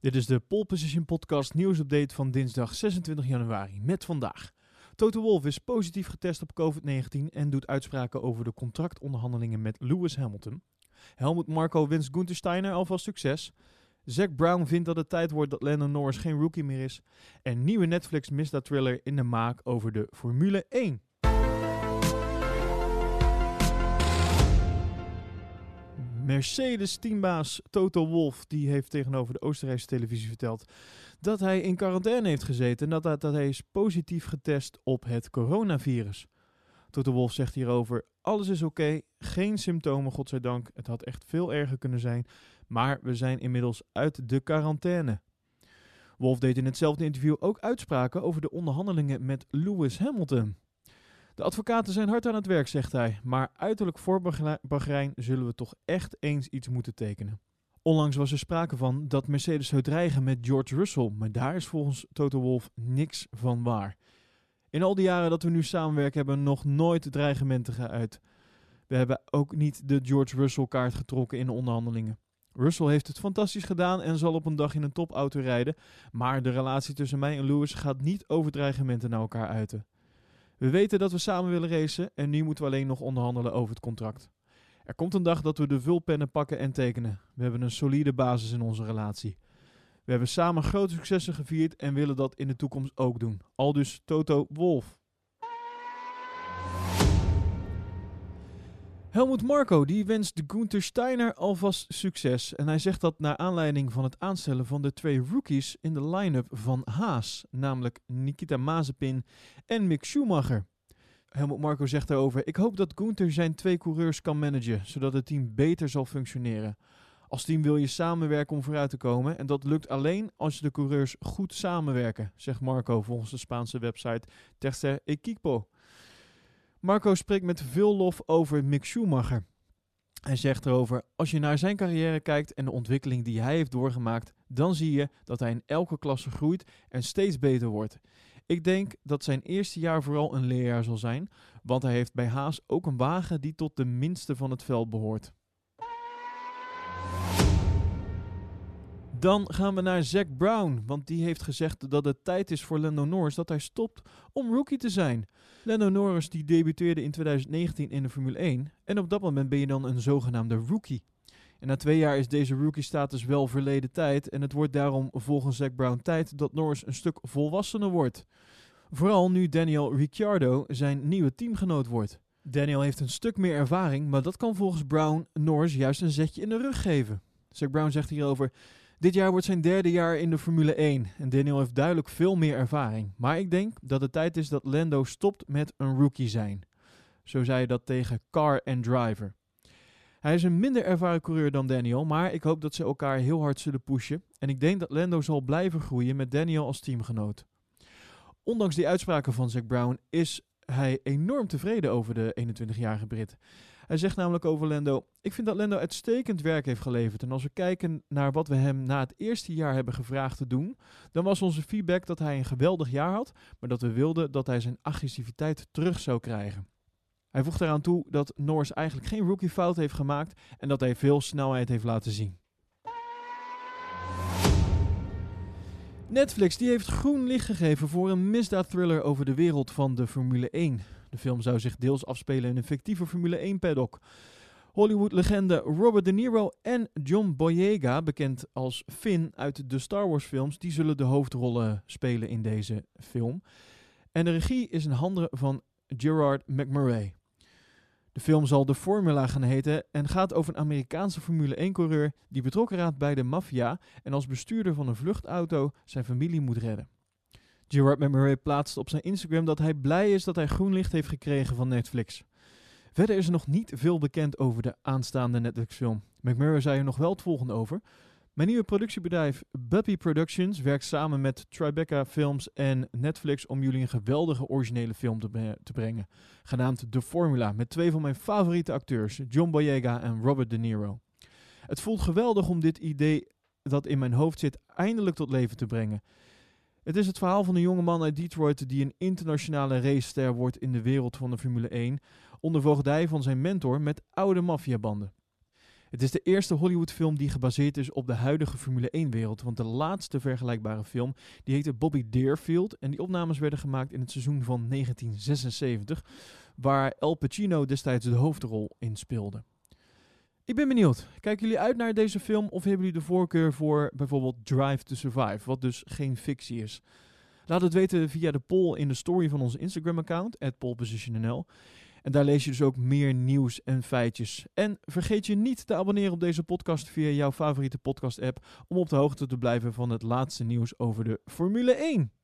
Dit is de Pole Position Podcast nieuwsupdate van dinsdag 26 januari met vandaag. Toto Wolff is positief getest op COVID-19 en doet uitspraken over de contractonderhandelingen met Lewis Hamilton. Helmut Marko wenst Gunther Steiner alvast succes. Zac Brown vindt dat het tijd wordt dat Lando Norris geen rookie meer is. En nieuwe Netflix misdaadthriller in de maak over de Formule 1. Mercedes-teambaas Toto Wolff die heeft tegenover de Oostenrijkse televisie verteld dat hij in quarantaine heeft gezeten en dat hij is positief getest op het coronavirus. Toto Wolff zegt hierover: alles is oké, geen symptomen, godzijdank. Het had echt veel erger kunnen zijn, maar we zijn inmiddels uit de quarantaine. Wolff deed in hetzelfde interview ook uitspraken over de onderhandelingen met Lewis Hamilton. De advocaten zijn hard aan het werk, zegt hij, maar uiterlijk voor Bahrein zullen we toch echt eens iets moeten tekenen. Onlangs was er sprake van dat Mercedes zou dreigen met George Russell, maar daar is volgens Toto Wolff niks van waar. In al die jaren dat we nu samenwerken hebben we nog nooit dreigementen geuit. We hebben ook niet de George Russell kaart getrokken in de onderhandelingen. Russell heeft het fantastisch gedaan en zal op een dag in een topauto rijden, maar de relatie tussen mij en Lewis gaat niet over dreigementen naar elkaar uiten. We weten dat we samen willen racen en nu moeten we alleen nog onderhandelen over het contract. Er komt een dag dat we de vulpennen pakken en tekenen. We hebben een solide basis in onze relatie. We hebben samen grote successen gevierd en willen dat in de toekomst ook doen. Aldus Toto Wolff. Helmut Marko die wenst Gunther Steiner alvast succes. En hij zegt dat naar aanleiding van het aanstellen van de twee rookies in de line-up van Haas. Namelijk Nikita Mazepin en Mick Schumacher. Helmut Marko zegt daarover: ik hoop dat Gunther zijn twee coureurs kan managen, zodat het team beter zal functioneren. Als team wil je samenwerken om vooruit te komen en dat lukt alleen als de coureurs goed samenwerken, zegt Marko volgens de Spaanse website Tercer Equipo. Marko spreekt met veel lof over Mick Schumacher. Hij zegt erover: als je naar zijn carrière kijkt en de ontwikkeling die hij heeft doorgemaakt, dan zie je dat hij in elke klasse groeit en steeds beter wordt. Ik denk dat zijn eerste jaar vooral een leerjaar zal zijn, want hij heeft bij Haas ook een wagen die tot de minste van het veld behoort. Dan gaan we naar Zac Brown, want die heeft gezegd dat het tijd is voor Lando Norris dat hij stopt om rookie te zijn. Lando Norris die debuteerde in 2019 in de Formule 1 en op dat moment ben je dan een zogenaamde rookie. En na 2 jaar is deze rookie-status wel verleden tijd en het wordt daarom volgens Zac Brown tijd dat Norris een stuk volwassener wordt. Vooral nu Daniel Ricciardo zijn nieuwe teamgenoot wordt. Daniel heeft een stuk meer ervaring, maar dat kan volgens Brown Norris juist een zetje in de rug geven. Zac Brown zegt hierover: dit jaar wordt zijn 3e jaar in de Formule 1 en Daniel heeft duidelijk veel meer ervaring. Maar ik denk dat het tijd is dat Lando stopt met een rookie zijn. Zo zei hij dat tegen Car and Driver. Hij is een minder ervaren coureur dan Daniel, maar ik hoop dat ze elkaar heel hard zullen pushen. En ik denk dat Lando zal blijven groeien met Daniel als teamgenoot. Ondanks die uitspraken van Zac Brown is hij enorm tevreden over de 21-jarige Brit. Hij zegt namelijk over Lando: ik vind dat Lando uitstekend werk heeft geleverd. En als we kijken naar wat we hem na het eerste jaar hebben gevraagd te doen, dan was onze feedback dat hij een geweldig jaar had, maar dat we wilden dat hij zijn agressiviteit terug zou krijgen. Hij voegt eraan toe dat Norris eigenlijk geen rookiefout heeft gemaakt en dat hij veel snelheid heeft laten zien. Netflix die heeft groen licht gegeven voor een misdaadthriller over de wereld van de Formule 1. De film zou zich deels afspelen in een fictieve Formule 1 paddock. Hollywood-legende Robert De Niro en John Boyega, bekend als Finn uit de Star Wars films, die zullen de hoofdrollen spelen in deze film. En de regie is in handen van Gerard McMurray. De film zal de Formula gaan heten en gaat over een Amerikaanse Formule 1-coureur die betrokken raakt bij de maffia en als bestuurder van een vluchtauto zijn familie moet redden. Gerard McMurray plaatst op zijn Instagram dat hij blij is dat hij groen licht heeft gekregen van Netflix. Verder is er nog niet veel bekend over de aanstaande Netflix-film. McMurray zei er nog wel het volgende over: mijn nieuwe productiebedrijf Buppy Productions werkt samen met Tribeca Films en Netflix om jullie een geweldige originele film te brengen, genaamd The Formula, met 2 van mijn favoriete acteurs, John Boyega en Robert De Niro. Het voelt geweldig om dit idee dat in mijn hoofd zit eindelijk tot leven te brengen. Het is het verhaal van een jongeman uit Detroit die een internationale racester wordt in de wereld van de Formule 1, onder voogdij van zijn mentor met oude maffiabanden. Het is de eerste Hollywoodfilm die gebaseerd is op de huidige Formule 1-wereld, want de laatste vergelijkbare film die heette Bobby Deerfield en die opnames werden gemaakt in het seizoen van 1976, waar Al Pacino destijds de hoofdrol in speelde. Ik ben benieuwd. Kijken jullie uit naar deze film of hebben jullie de voorkeur voor bijvoorbeeld Drive to Survive, wat dus geen fictie is? Laat het weten via de poll in de story van onze Instagram-account, @pollpositionnl. En daar lees je dus ook meer nieuws en feitjes. En vergeet je niet te abonneren op deze podcast via jouw favoriete podcast-app om op de hoogte te blijven van het laatste nieuws over de Formule 1.